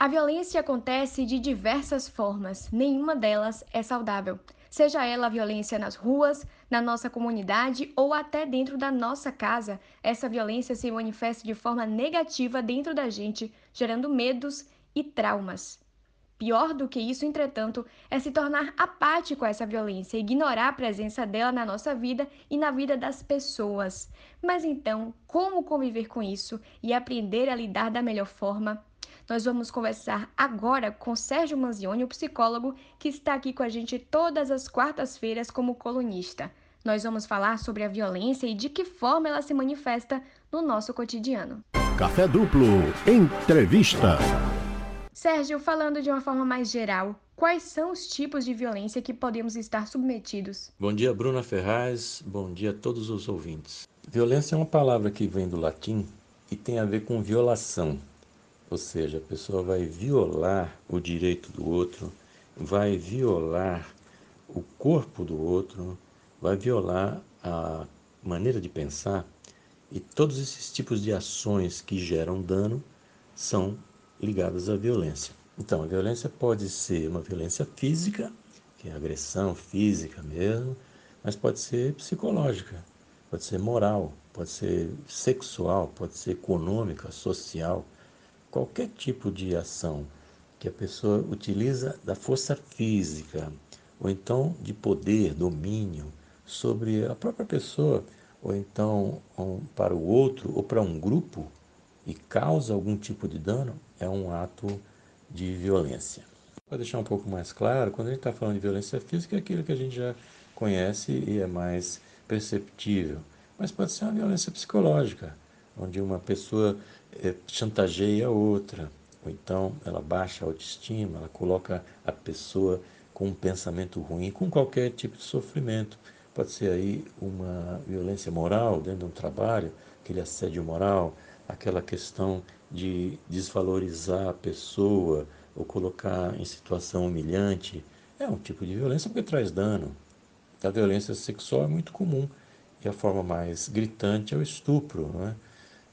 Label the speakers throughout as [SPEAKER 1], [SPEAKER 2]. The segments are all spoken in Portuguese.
[SPEAKER 1] A violência acontece de diversas formas, nenhuma delas é saudável. Seja ela a violência nas ruas, na nossa comunidade ou até dentro da nossa casa, essa violência se manifesta de forma negativa dentro da gente, gerando medos e traumas. Pior do que isso, entretanto, é se tornar apático a essa violência, ignorar a presença dela na nossa vida e na vida das pessoas. Mas então, como conviver com isso e aprender a lidar da melhor forma? Nós vamos conversar agora com Sérgio Manzioni, o psicólogo que está aqui com a gente todas as quartas-feiras como colunista. Nós vamos falar sobre a violência e de que forma ela se manifesta no nosso cotidiano.
[SPEAKER 2] Café Duplo, entrevista.
[SPEAKER 1] Sérgio, falando de uma forma mais geral, quais são os tipos de violência que podemos estar submetidos?
[SPEAKER 3] Bom dia, Bruna Ferraz. Bom dia a todos os ouvintes. Violência é uma palavra que vem do latim e tem a ver com violação. Ou seja, a pessoa vai violar o direito do outro, vai violar o corpo do outro, vai violar a maneira de pensar, e todos esses tipos de ações que geram dano são ligadas à violência. Então, a violência pode ser uma violência física, que é agressão física mesmo, mas pode ser psicológica, pode ser moral, pode ser sexual, pode ser econômica, social. Qualquer tipo de ação que a pessoa utiliza da força física, ou então de poder, domínio sobre a própria pessoa, ou então para o outro, ou para um grupo, e causa algum tipo de dano, é um ato de violência. Para deixar um pouco mais claro, quando a gente está falando de violência física, é aquilo que a gente já conhece e é mais perceptível. Mas pode ser uma violência psicológica, onde uma pessoa chantageia a outra, ou então ela baixa a autoestima, ela coloca a pessoa com um pensamento ruim, com qualquer tipo de sofrimento. Pode ser aí uma violência moral dentro de um trabalho, aquele assédio moral, aquela questão de desvalorizar a pessoa ou colocar em situação humilhante. É um tipo de violência porque traz dano. A violência sexual é muito comum e a forma mais gritante é o estupro, não é?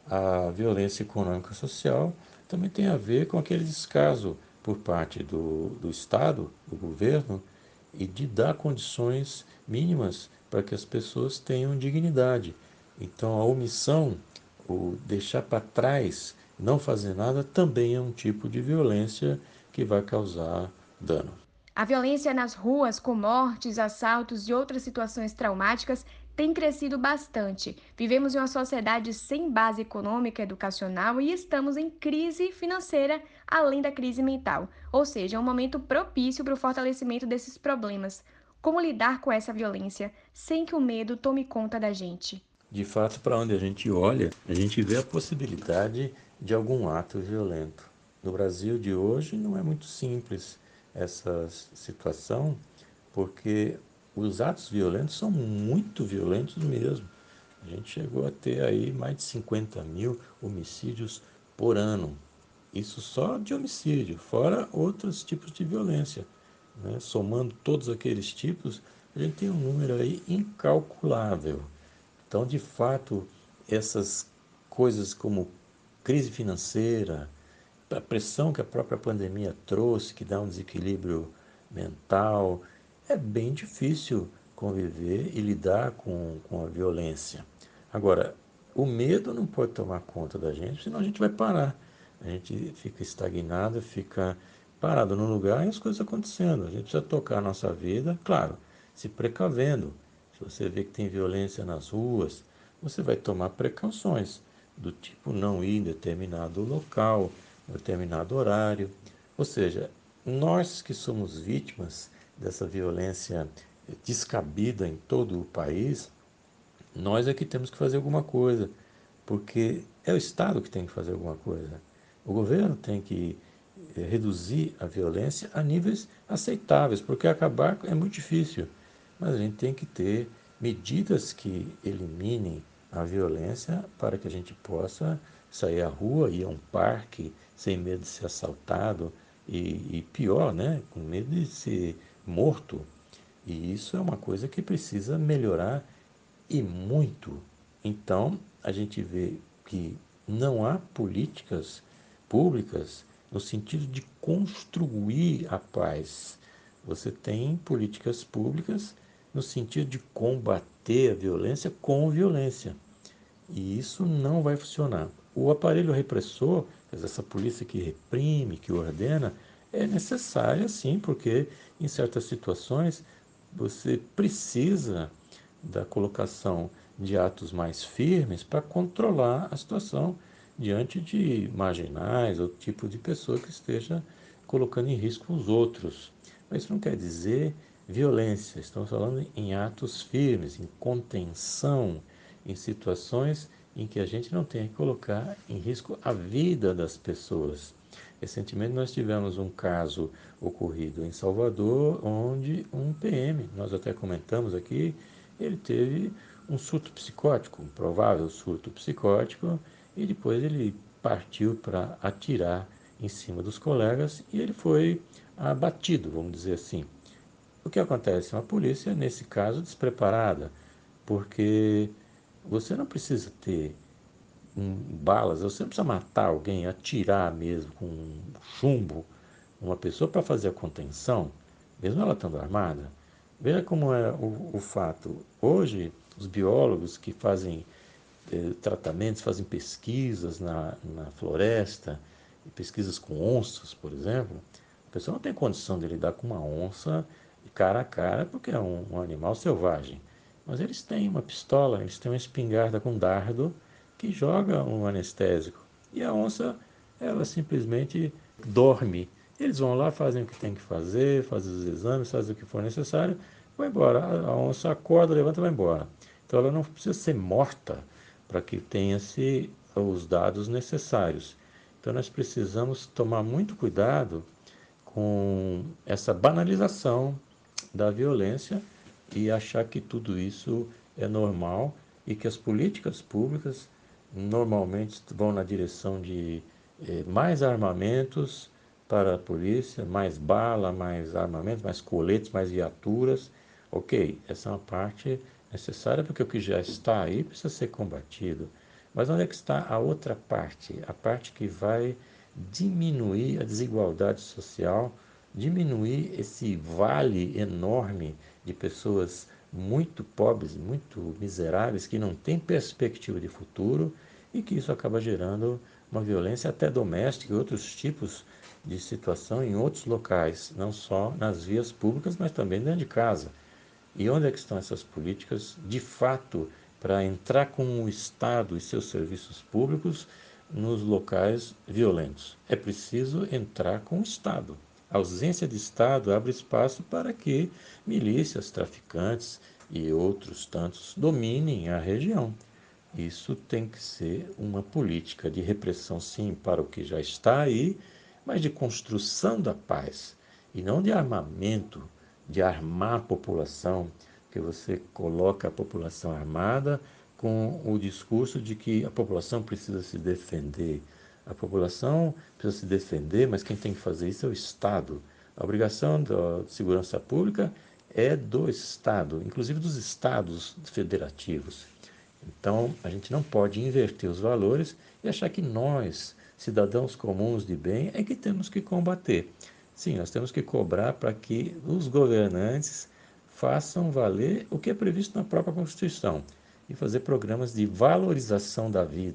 [SPEAKER 3] A violência econômica e social também tem a ver com aquele descaso por parte do Estado, do governo, e de dar condições mínimas para que as pessoas tenham dignidade. Então, a omissão, o deixar para trás, não fazer nada, também é um tipo de violência que vai causar dano.
[SPEAKER 1] A violência nas ruas, com mortes, assaltos e outras situações traumáticas, tem crescido bastante. Vivemos em uma sociedade sem base econômica e educacional e estamos em crise financeira, além da crise mental. Ou seja, é um momento propício para o fortalecimento desses problemas. Como lidar com essa violência sem que o medo tome conta da gente?
[SPEAKER 3] De fato, para onde a gente olha, a gente vê a possibilidade de algum ato violento. No Brasil de hoje não é muito simples essa situação, porque os atos violentos são muito violentos mesmo. A gente chegou a ter aí mais de 50 mil homicídios por ano. Isso só de homicídio, fora outros tipos de violência, né? Somando todos aqueles tipos, a gente tem um número aí incalculável. Então, de fato, essas coisas como crise financeira, a pressão que a própria pandemia trouxe, que dá um desequilíbrio mental, é bem difícil conviver e lidar com a violência. Agora, o medo não pode tomar conta da gente, senão a gente vai parar. A gente fica estagnado, fica parado no lugar e as coisas acontecendo. A gente precisa tocar a nossa vida, claro, se precavendo. Se você vê que tem violência nas ruas, você vai tomar precauções, do tipo não ir em determinado local, em determinado horário. Ou seja, nós que somos vítimas dessa violência descabida em todo o país, nós é que temos que fazer alguma coisa, porque é o Estado que tem que fazer alguma coisa. O governo tem que reduzir a violência a níveis aceitáveis, porque acabar é muito difícil. Mas a gente tem que ter medidas que eliminem a violência para que a gente possa sair à rua, ir a um parque sem medo de ser assaltado e pior, né, com medo de ser morto. E isso é uma coisa que precisa melhorar e muito. Então, a gente vê que não há políticas públicas no sentido de construir a paz. Você tem políticas públicas no sentido de combater a violência com violência. E isso não vai funcionar. O aparelho repressor, quer dizer, essa polícia que reprime, que ordena, é necessária sim, porque em certas situações você precisa da colocação de atos mais firmes para controlar a situação diante de marginais ou tipo de pessoa que esteja colocando em risco os outros. Mas isso não quer dizer violência, estamos falando em atos firmes, em contenção, em situações em que a gente não tem que colocar em risco a vida das pessoas. Recentemente nós tivemos um caso ocorrido em Salvador, onde um PM, nós até comentamos aqui, ele teve um surto psicótico, um provável surto psicótico, e depois ele partiu para atirar em cima dos colegas e ele foi abatido, vamos dizer assim. O que acontece? Uma polícia, nesse caso, despreparada, porque você não precisa ter balas, você não precisa matar alguém, atirar mesmo com um chumbo uma pessoa para fazer a contenção, mesmo ela estando armada. Veja como é o fato. Hoje, os biólogos que fazem tratamentos, fazem pesquisas na floresta, pesquisas com onças, por exemplo, a pessoa não tem condição de lidar com uma onça cara a cara, porque é um animal selvagem. Mas eles têm uma pistola, eles têm uma espingarda com dardo que joga um anestésico. E a onça, ela simplesmente dorme. Eles vão lá, fazem o que tem que fazer, fazem os exames, fazem o que for necessário, vai embora. A onça acorda, levanta e vai embora. Então ela não precisa ser morta para que tenha-se os dados necessários. Então nós precisamos tomar muito cuidado com essa banalização da violência e achar que tudo isso é normal e que as políticas públicas normalmente vão na direção de mais armamentos para a polícia, mais bala, mais armamento, mais coletes, mais viaturas. Ok, essa é uma parte necessária porque o que já está aí precisa ser combatido. Mas onde é que está a outra parte? A parte que vai diminuir a desigualdade social, diminuir esse vale enorme de pessoas muito pobres, muito miseráveis, que não têm perspectiva de futuro e que isso acaba gerando uma violência até doméstica e outros tipos de situação em outros locais, não só nas vias públicas, mas também dentro de casa. E onde é que estão essas políticas, de fato, para entrar com o Estado e seus serviços públicos nos locais violentos? É preciso entrar com o Estado. A ausência de Estado abre espaço para que milícias, traficantes e outros tantos dominem a região. Isso tem que ser uma política de repressão, sim, para o que já está aí, mas de construção da paz e não de armamento, de armar a população, que você coloca a população armada com o discurso de que a população precisa se defender. A população precisa se defender, mas quem tem que fazer isso é o Estado. A obrigação da segurança pública é do Estado, inclusive dos Estados federativos. Então, a gente não pode inverter os valores e achar que nós, cidadãos comuns de bem, é que temos que combater. Sim, nós temos que cobrar para que os governantes façam valer o que é previsto na própria Constituição e fazer programas de valorização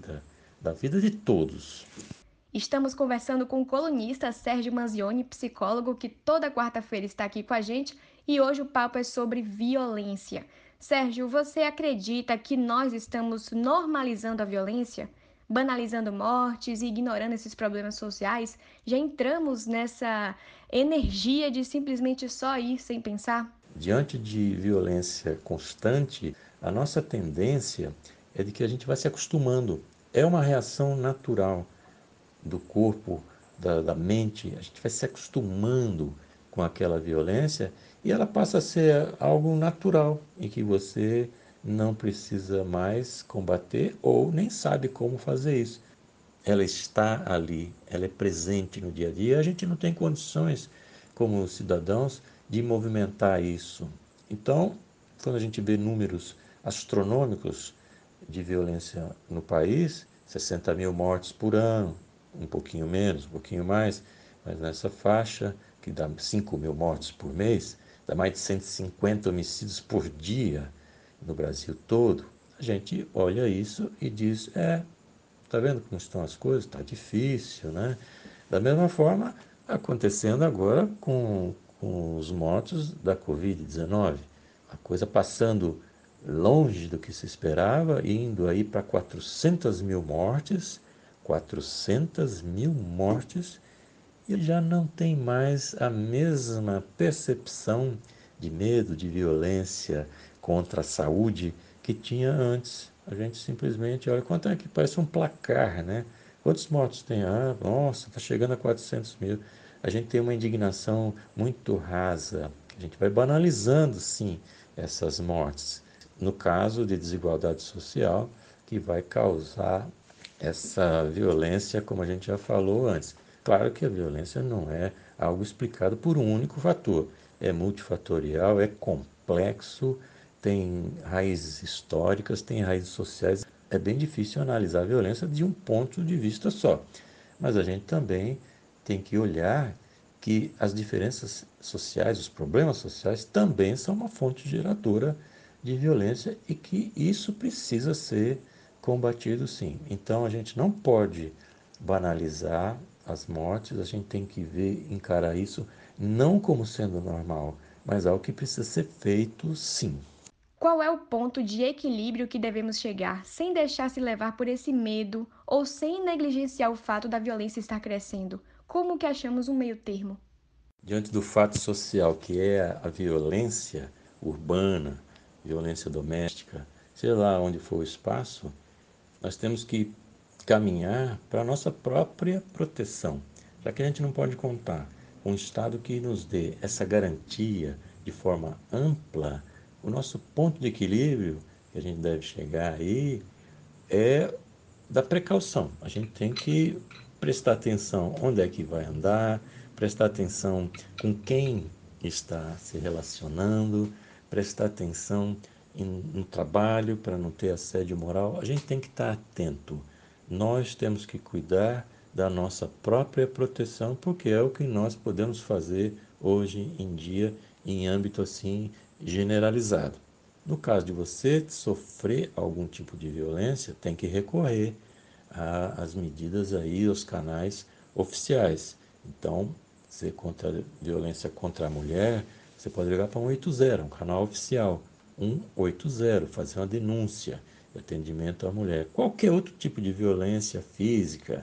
[SPEAKER 3] da vida de todos.
[SPEAKER 1] Estamos conversando com o colunista Sérgio Manzioni, psicólogo, que toda quarta-feira está aqui com a gente, e hoje o papo é sobre violência. Sérgio, você acredita que nós estamos normalizando a violência? Banalizando mortes e ignorando esses problemas sociais? Já entramos nessa energia de simplesmente só ir sem pensar?
[SPEAKER 3] Diante de violência constante, a nossa tendência é de que a gente vai se acostumando. É uma reação natural do corpo, da mente, a gente vai se acostumando com aquela violência e ela passa a ser algo natural, em que você não precisa mais combater ou nem sabe como fazer isso. Ela está ali, ela é presente no dia a dia, a gente não tem condições, como cidadãos, de movimentar isso. Então, quando a gente vê números astronômicos de violência no país, 60 mil mortes por ano, um pouquinho menos, um pouquinho mais, mas nessa faixa, que dá 5 mil mortes por mês, dá mais de 150 homicídios por dia no Brasil todo, a gente olha isso e diz, tá vendo como estão as coisas? Tá difícil, né? Da mesma forma, acontecendo agora com os mortos da Covid-19. A coisa passando longe do que se esperava, indo aí para 400 mil mortes, 400 mil mortes, e já não tem mais a mesma percepção de medo, de violência contra a saúde que tinha antes. A gente simplesmente olha quanto é que parece um placar, né? Quantos mortos tem? Ah, nossa, está chegando a 400 mil. A gente tem uma indignação muito rasa. A gente vai banalizando, sim, essas mortes. No caso de desigualdade social, que vai causar essa violência, como a gente já falou antes. Claro que a violência não é algo explicado por um único fator. É multifatorial, é complexo, tem raízes históricas, tem raízes sociais. É bem difícil analisar a violência de um ponto de vista só. Mas a gente também tem que olhar que as diferenças sociais, os problemas sociais, também são uma fonte geradora de violência e que isso precisa ser combatido sim. Então a gente não pode banalizar as mortes, a gente tem que ver, encarar isso não como sendo normal, mas algo que precisa ser feito sim.
[SPEAKER 1] Qual é o ponto de equilíbrio que devemos chegar sem deixar se levar por esse medo ou sem negligenciar o fato da violência estar crescendo? Como que achamos um meio termo?
[SPEAKER 3] Diante do fato social que é a violência urbana, violência doméstica, sei lá onde for o espaço, nós temos que caminhar para a nossa própria proteção, já que a gente não pode contar com um Estado que nos dê essa garantia de forma ampla. O nosso ponto de equilíbrio que a gente deve chegar aí é da precaução. A gente tem que prestar atenção onde é que vai andar, prestar atenção com quem está se relacionando, prestar atenção no trabalho para não ter assédio moral. A gente tem que estar atento. Nós temos que cuidar da nossa própria proteção, porque é o que nós podemos fazer hoje em dia em âmbito assim generalizado. No caso de você sofrer algum tipo de violência, tem que recorrer às medidas aí, aos canais oficiais. Então, se contra a violência contra a mulher, você pode ligar para 180, um canal oficial. 180, fazer uma denúncia de atendimento à mulher. Qualquer outro tipo de violência física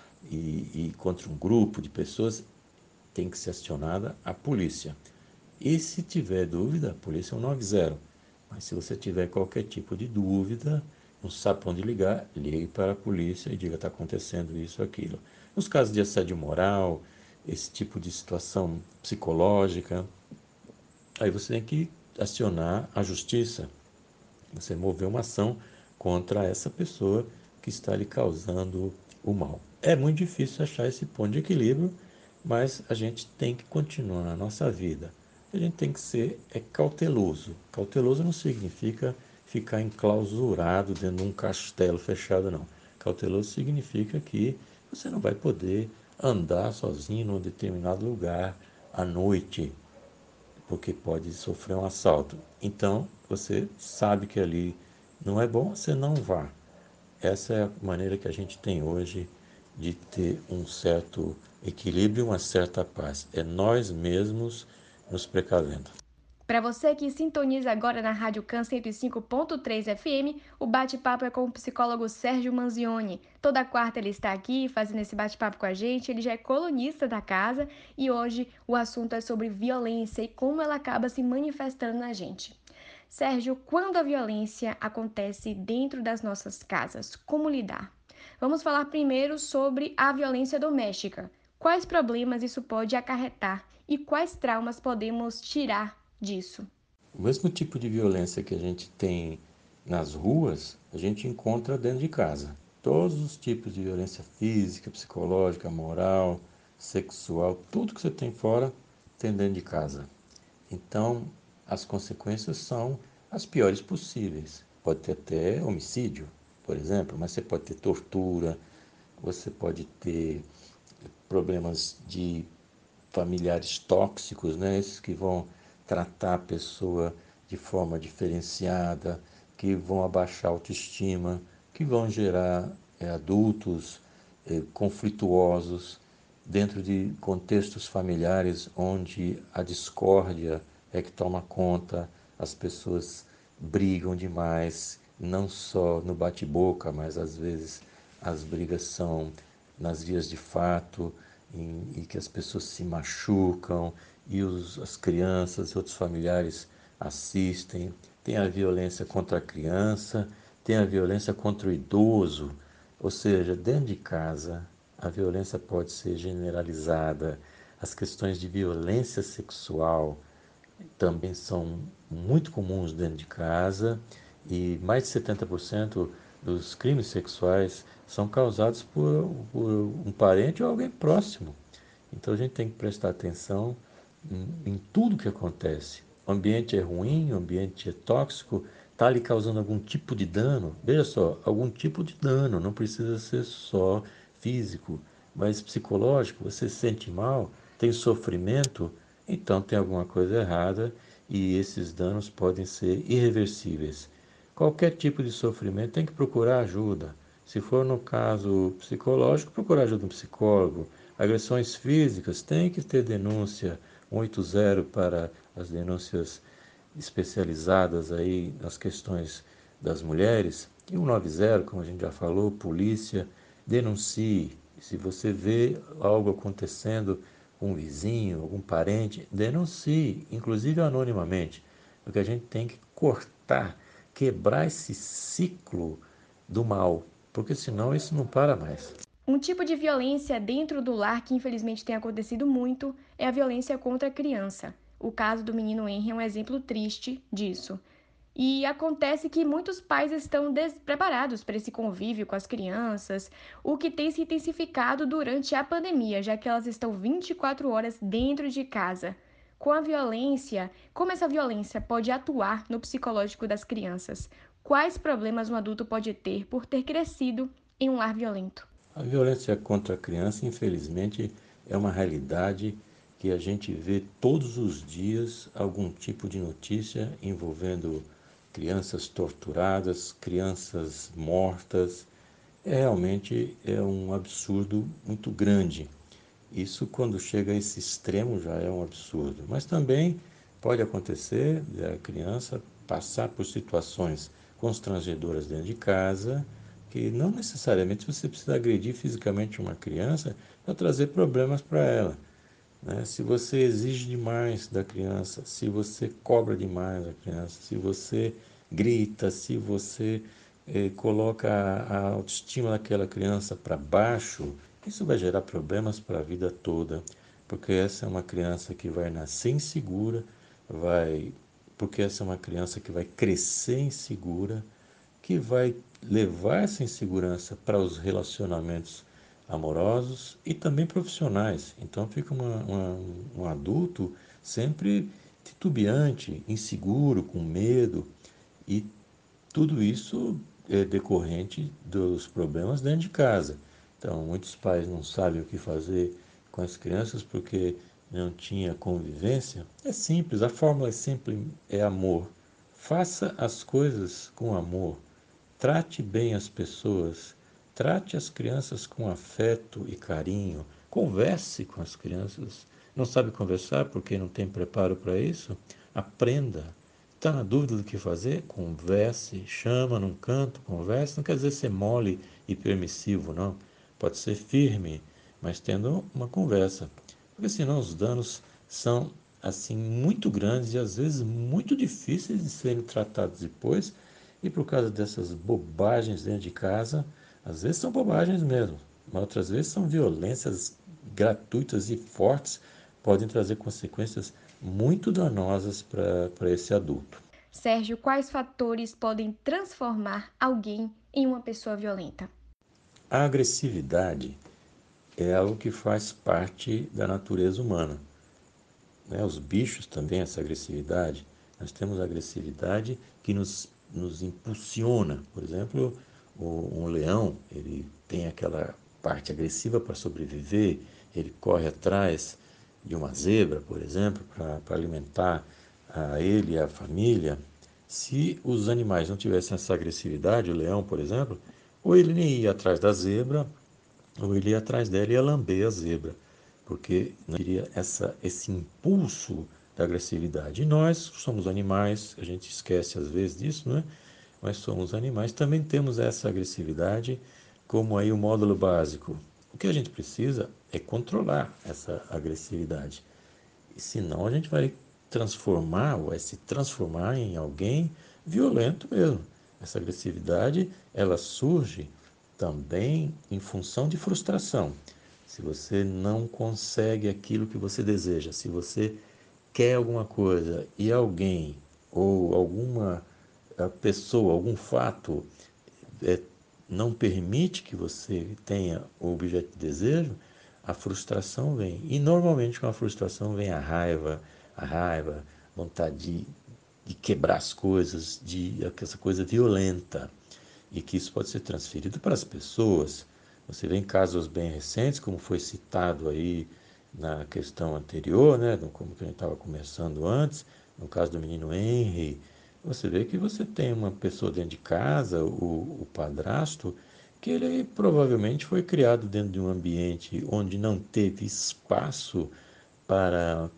[SPEAKER 3] e contra um grupo de pessoas tem que ser acionada a polícia. E se tiver dúvida, a polícia 190. Mas se você tiver qualquer tipo de dúvida, não sabe para onde ligar, ligue para a polícia e diga está acontecendo isso ou aquilo. Nos casos de assédio moral, esse tipo de situação psicológica, aí você tem que acionar a justiça. Você mover uma ação contra essa pessoa que está lhe causando o mal. É muito difícil achar esse ponto de equilíbrio, mas a gente tem que continuar na nossa vida. A gente tem que ser cauteloso. Cauteloso não significa ficar enclausurado dentro de um castelo fechado, não. Cauteloso significa que você não vai poder andar sozinho num determinado lugar à noite, porque pode sofrer um assalto. Então, você sabe que ali não é bom, você não vá. Essa é a maneira que a gente tem hoje de ter um certo equilíbrio, uma certa paz. É nós mesmos nos precavendo.
[SPEAKER 1] Para você que sintoniza agora na Rádio Can 105.3 FM, o bate-papo é com o psicólogo Sérgio Manzioni. Toda quarta ele está aqui fazendo esse bate-papo com a gente, ele já é colunista da casa e hoje o assunto é sobre violência e como ela acaba se manifestando na gente. Sérgio, quando a violência acontece dentro das nossas casas, como lidar? Vamos falar primeiro sobre a violência doméstica. Quais problemas isso pode acarretar e quais traumas podemos tirar disso?
[SPEAKER 3] O mesmo tipo de violência que a gente tem nas ruas, a gente encontra dentro de casa. Todos os tipos de violência física, psicológica, moral, sexual, tudo que você tem fora, tem dentro de casa. Então, as consequências são as piores possíveis. Pode ter até homicídio, por exemplo, mas você pode ter tortura, você pode ter problemas de familiares tóxicos, né? Esses que vão tratar a pessoa de forma diferenciada, que vão abaixar a autoestima, que vão gerar adultos conflituosos dentro de contextos familiares onde a discórdia é que toma conta, as pessoas brigam demais, não só no bate-boca, mas às vezes as brigas são nas vias de fato, e que as pessoas se machucam e as crianças e outros familiares assistem. Tem a violência contra a criança, tem a violência contra o idoso, ou seja, dentro de casa a violência pode ser generalizada. As questões de violência sexual também são muito comuns dentro de casa e mais de 70% dos crimes sexuais são causados por um parente ou alguém próximo. Então a gente tem que prestar atenção em tudo que acontece. O ambiente é ruim, o ambiente é tóxico, está lhe causando algum tipo de dano. Veja só, algum tipo de dano, não precisa ser só físico, mas psicológico. Você se sente mal, tem sofrimento, então tem alguma coisa errada e esses danos podem ser irreversíveis. Qualquer tipo de sofrimento tem que procurar ajuda. Se for no caso psicológico, procurar ajuda de um psicólogo. Agressões físicas, tem que ter denúncia 180 para as denúncias especializadas aí nas questões das mulheres. E 190, como a gente já falou, polícia, denuncie. Se você vê algo acontecendo com um vizinho, algum parente, denuncie, inclusive anonimamente, porque a gente tem que cortar, quebrar esse ciclo do mal, porque senão isso não para mais.
[SPEAKER 1] Um tipo de violência dentro do lar que infelizmente tem acontecido muito é a violência contra a criança. O caso do menino Henry é um exemplo triste disso. E acontece que muitos pais estão despreparados para esse convívio com as crianças, o que tem se intensificado durante a pandemia, já que elas estão 24 horas dentro de casa. Com a violência, como essa violência pode atuar no psicológico das crianças? Quais problemas um adulto pode ter por ter crescido em um lar violento?
[SPEAKER 3] A violência contra a criança, infelizmente, é uma realidade que a gente vê todos os dias algum tipo de notícia envolvendo crianças torturadas, crianças mortas. Realmente é um absurdo muito grande. Isso, quando chega a esse extremo, já é um absurdo. Mas também pode acontecer da criança passar por situações constrangedoras dentro de casa, que não necessariamente você precisa agredir fisicamente uma criança para trazer problemas para ela, né? Se você exige demais da criança, se você cobra demais da criança, se você grita, se você coloca a autoestima daquela criança para baixo, isso vai gerar problemas para a vida toda, porque essa é uma criança que vai nascer insegura, porque essa é uma criança que vai crescer insegura, que vai levar essa insegurança para os relacionamentos amorosos e também profissionais. Então fica um adulto sempre titubeante, inseguro, com medo, e tudo isso é decorrente dos problemas dentro de casa. Então muitos pais não sabem o que fazer com as crianças porque não tinha convivência. É simples, a fórmula é simples, é amor. Faça as coisas com amor. Trate bem as pessoas, trate as crianças com afeto e carinho, converse com as crianças. Não sabe conversar porque não tem preparo para isso? Aprenda. Está na dúvida do que fazer? Converse, chama num canto, converse. Não quer dizer ser mole e permissivo, não. Pode ser firme, mas tendo uma conversa. Porque senão os danos são assim muito grandes e às vezes muito difíceis de serem tratados depois, e por causa dessas bobagens dentro de casa, às vezes são bobagens mesmo, mas outras vezes são violências gratuitas e fortes, podem trazer consequências muito danosas para esse adulto.
[SPEAKER 1] Sérgio, quais fatores podem transformar alguém em uma pessoa violenta?
[SPEAKER 3] A agressividade é algo que faz parte da natureza humana, né? Os bichos também, essa agressividade. Nós temos a agressividade que nos impulsiona. Por exemplo, um leão, ele tem aquela parte agressiva para sobreviver, ele corre atrás de uma zebra, por exemplo, para alimentar a ele e a família. Se os animais não tivessem essa agressividade, o leão, por exemplo, ou ele nem ia atrás da zebra, ou ele ia atrás dela e ia lamber a zebra, porque não teria esse impulso da agressividade. E nós somos animais, a gente esquece às vezes disso, não é? Mas somos animais, também temos essa agressividade como aí o módulo básico. O que a gente precisa é controlar essa agressividade. E senão a gente vai transformar, ou vai se transformar em alguém violento mesmo. Essa agressividade, ela surge também em função de frustração. Se você não consegue aquilo que você deseja, se você quer alguma coisa e alguém ou alguma pessoa, algum fato é, não permite que você tenha o objeto de desejo, a frustração vem. E normalmente com a frustração vem a raiva, vontade de quebrar as coisas, de essa coisa violenta. E que isso pode ser transferido para as pessoas. Você vê em casos bem recentes, como foi citado aí na questão anterior, né, como que a gente estava conversando antes, no caso do menino Henry, você vê que você tem uma pessoa dentro de casa, o padrasto, que ele provavelmente foi criado dentro de um ambiente onde não teve espaço para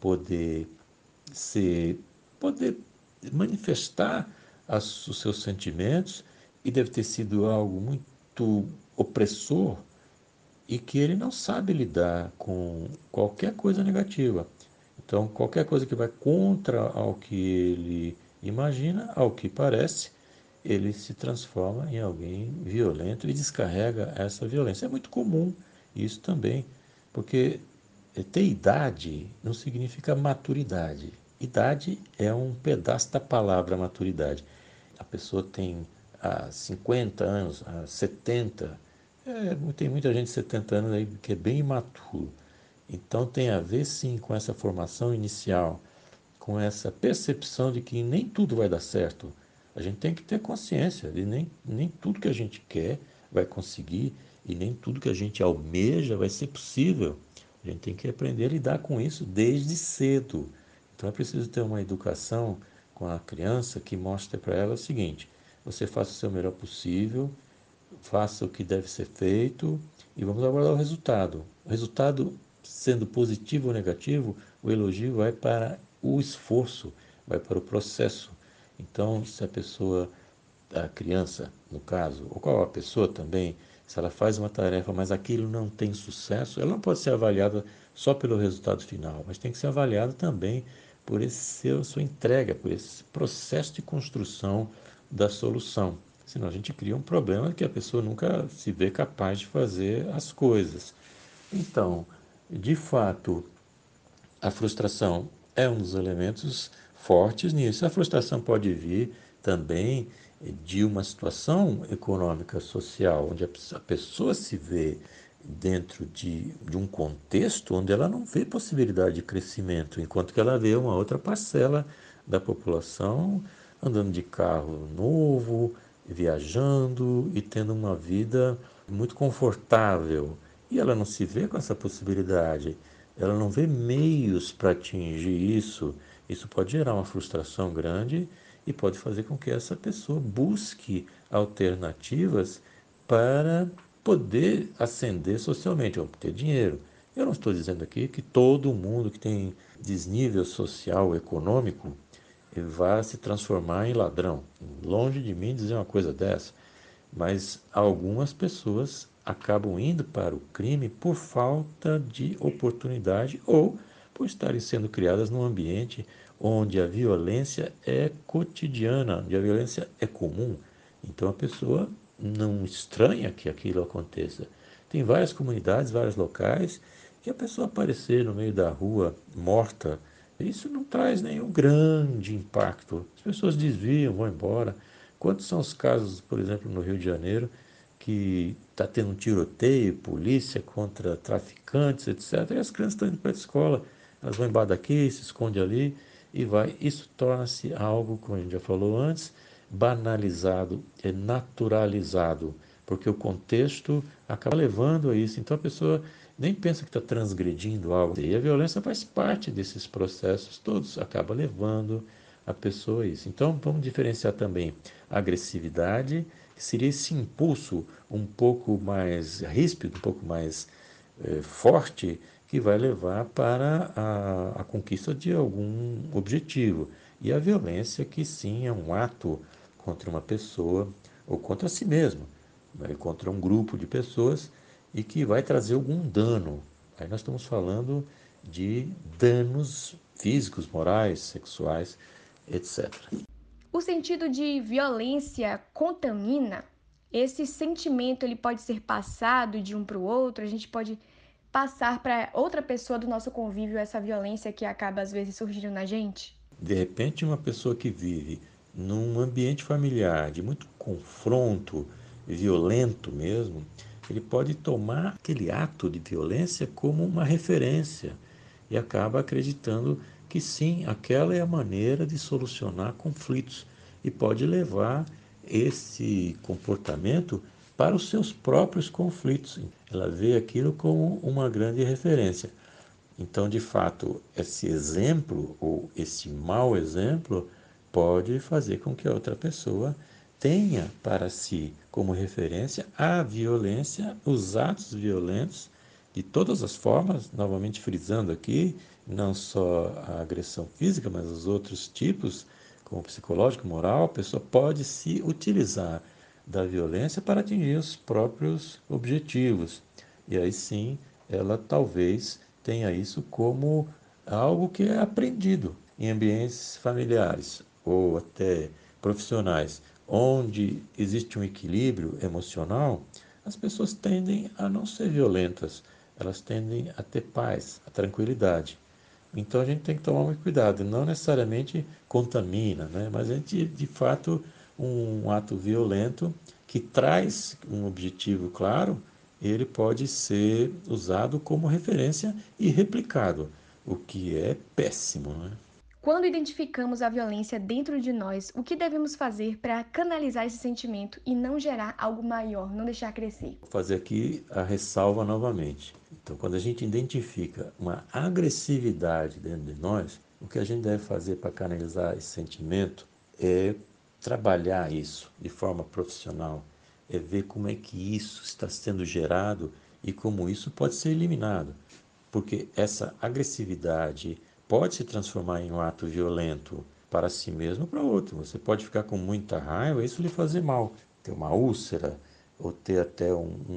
[SPEAKER 3] ser, poder manifestar os seus sentimentos, e deve ter sido algo muito opressor e que ele não sabe lidar com qualquer coisa negativa. Então, qualquer coisa que vai contra ao que ele imagina, ao que parece, ele se transforma em alguém violento e descarrega essa violência. É muito comum isso também, porque ter idade não significa maturidade. Idade é um pedaço da palavra maturidade. A pessoa tem 50 anos, 70, tem muita gente de 70 anos aí que é bem imaturo. Então tem a ver sim com essa formação inicial, com essa percepção de que nem tudo vai dar certo. A gente tem que ter consciência de nem tudo que a gente quer vai conseguir e nem tudo que a gente almeja vai ser possível. A gente tem que aprender a lidar com isso desde cedo. Então é preciso ter uma educação com a criança que mostre para ela o seguinte: você faça o seu melhor possível, faça o que deve ser feito e vamos aguardar o resultado. O resultado, sendo positivo ou negativo, o elogio vai para o esforço, vai para o processo. Então, se a pessoa, a criança, no caso, ou qual a pessoa também, se ela faz uma tarefa, mas aquilo não tem sucesso, ela não pode ser avaliada só pelo resultado final, mas tem que ser avaliada também por sua entrega, por esse processo de construção da solução. Senão a gente cria um problema que a pessoa nunca se vê capaz de fazer as coisas. Então, de fato, a frustração é um dos elementos fortes nisso. A frustração pode vir também de uma situação econômica, social, onde a pessoa se vê dentro de um contexto onde ela não vê possibilidade de crescimento, enquanto que ela vê uma outra parcela da população andando de carro novo, viajando e tendo uma vida muito confortável. E ela não se vê com essa possibilidade, ela não vê meios para atingir isso. Isso pode gerar uma frustração grande e pode fazer com que essa pessoa busque alternativas para poder ascender socialmente, obter dinheiro. Eu não estou dizendo aqui que todo mundo que tem desnível social, econômico, vá se transformar em ladrão. Longe de mim dizer uma coisa dessa. Mas algumas pessoas acabam indo para o crime por falta de oportunidade ou por estarem sendo criadas num ambiente onde a violência é cotidiana, onde a violência é comum. Então a pessoa não estranha que aquilo aconteça. Tem várias comunidades, vários locais que a pessoa aparecer no meio da rua morta, isso não traz nenhum grande impacto. As pessoas desviam, vão embora. Quantos são os casos, por exemplo, no Rio de Janeiro, que está tendo um tiroteio, polícia contra traficantes, etc. E as crianças estão indo para a escola, elas vão embora daqui, se escondem ali e vai. Isso torna-se algo, como a gente já falou antes, banalizado, naturalizado. porque o contexto acaba levando a isso. Então a pessoa nem pensa que está transgredindo algo. E a violência faz parte desses processos todos, acaba levando a pessoa a isso. Então vamos diferenciar também a agressividade, que seria esse impulso um pouco mais ríspido, um pouco mais forte, que vai levar para a conquista de algum objetivo. E a violência, que sim é um ato contra uma pessoa ou contra si mesmo, né, contra um grupo de pessoas e que vai trazer algum dano. Aí nós estamos falando de danos físicos, morais, sexuais, etc.
[SPEAKER 1] O sentido de violência contamina. Esse sentimento ele pode ser passado de um para o outro, a gente pode passar para outra pessoa do nosso convívio essa violência que acaba às vezes surgindo na gente?
[SPEAKER 3] De repente, uma pessoa que vive num ambiente familiar de muito confronto, violento mesmo, ele pode tomar aquele ato de violência como uma referência e acaba acreditando que sim, aquela é a maneira de solucionar conflitos e pode levar esse comportamento para os seus próprios conflitos. Ela vê aquilo como uma grande referência. Então, de fato, esse exemplo ou esse mau exemplo pode fazer com que a outra pessoa tenha para si como referência a violência, os atos violentos de todas as formas, novamente frisando aqui, não só a agressão física, mas os outros tipos, como psicológico, moral, a pessoa pode se utilizar da violência para atingir os próprios objetivos. E aí sim, ela talvez tenha isso como algo que é aprendido em ambientes familiares ou até profissionais, onde existe um equilíbrio emocional, as pessoas tendem a não ser violentas, elas tendem a ter paz, a tranquilidade. Então a gente tem que tomar muito cuidado, não necessariamente contamina, né? Mas a gente, de fato, um ato violento que traz um objetivo claro, ele pode ser usado como referência e replicado, o que é péssimo, né?
[SPEAKER 1] Quando identificamos a violência dentro de nós, o que devemos fazer para canalizar esse sentimento e não gerar algo maior, não deixar crescer?
[SPEAKER 3] Vou fazer aqui a ressalva novamente. Então, quando a gente identifica uma agressividade dentro de nós, o que a gente deve fazer para canalizar esse sentimento é trabalhar isso de forma profissional, é ver como é que isso está sendo gerado e como isso pode ser eliminado. Porque essa agressividade pode se transformar em um ato violento para si mesmo ou para outro. Você pode ficar com muita raiva e isso lhe fazer mal, ter uma úlcera ou ter até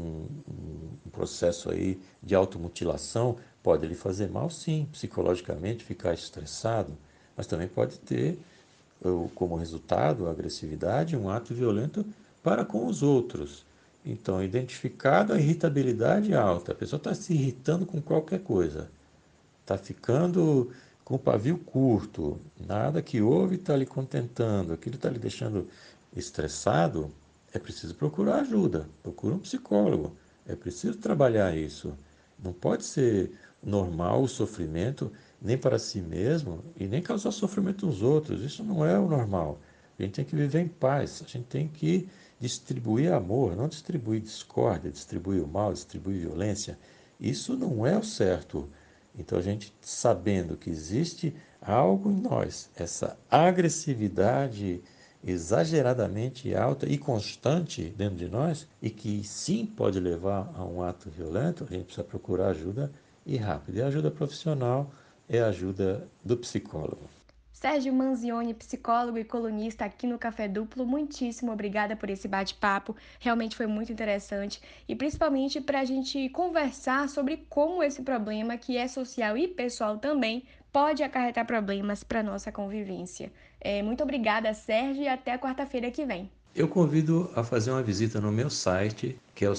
[SPEAKER 3] um processo aí de automutilação, pode lhe fazer mal sim, psicologicamente, ficar estressado, mas também pode ter como resultado a agressividade, um ato violento para com os outros. Então, identificada a irritabilidade alta, a pessoa está se irritando com qualquer coisa, está ficando com o pavio curto, nada que ouve está lhe contentando, aquilo está lhe deixando estressado, é preciso procurar ajuda, procura um psicólogo, é preciso trabalhar isso. Não pode ser normal o sofrimento, nem para si mesmo, e nem causar sofrimento nos outros, isso não é o normal. A gente tem que viver em paz, a gente tem que distribuir amor, não distribuir discórdia, distribuir o mal, distribuir violência. Isso não é o certo. Então a gente sabendo que existe algo em nós, essa agressividade exageradamente alta e constante dentro de nós, e que sim pode levar a um ato violento, a gente precisa procurar ajuda e rápido. E a ajuda profissional é a ajuda do psicólogo.
[SPEAKER 1] Sérgio Manzioni, psicólogo e colunista aqui no Café Duplo, muitíssimo obrigada por esse bate-papo. Realmente foi muito interessante e principalmente para a gente conversar sobre como esse problema, que é social e pessoal também, pode acarretar problemas para nossa convivência. Muito obrigada, Sérgio, e até quarta-feira que vem.
[SPEAKER 3] Eu convido a fazer uma visita no meu site, que é o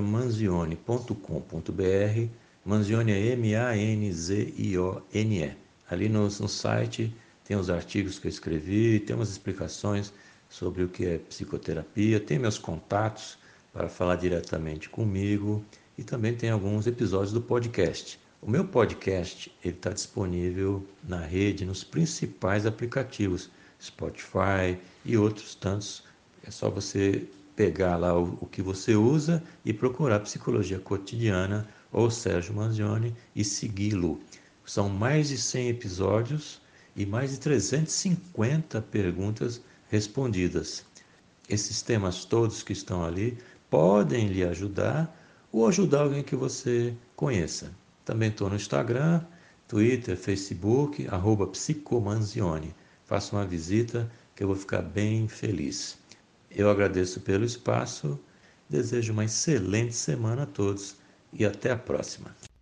[SPEAKER 3] sergiomanzioni.com.br. Manzioni é Manzione. Ali no site tem os artigos que eu escrevi, tem umas explicações sobre o que é psicoterapia, tem meus contatos para falar diretamente comigo e também tem alguns episódios do podcast. O meu podcast está disponível na rede, nos principais aplicativos, Spotify e outros tantos. É só você pegar lá o que você usa e procurar Psicologia Cotidiana ou Sérgio Manzioni e segui-lo. São mais de 100 episódios e mais de 350 perguntas respondidas. Esses temas todos que estão ali podem lhe ajudar ou ajudar alguém que você conheça. Também estou no Instagram, Twitter, Facebook, @psicomanzioni. Faça uma visita que eu vou ficar bem feliz. Eu agradeço pelo espaço, desejo uma excelente semana a todos e até a próxima.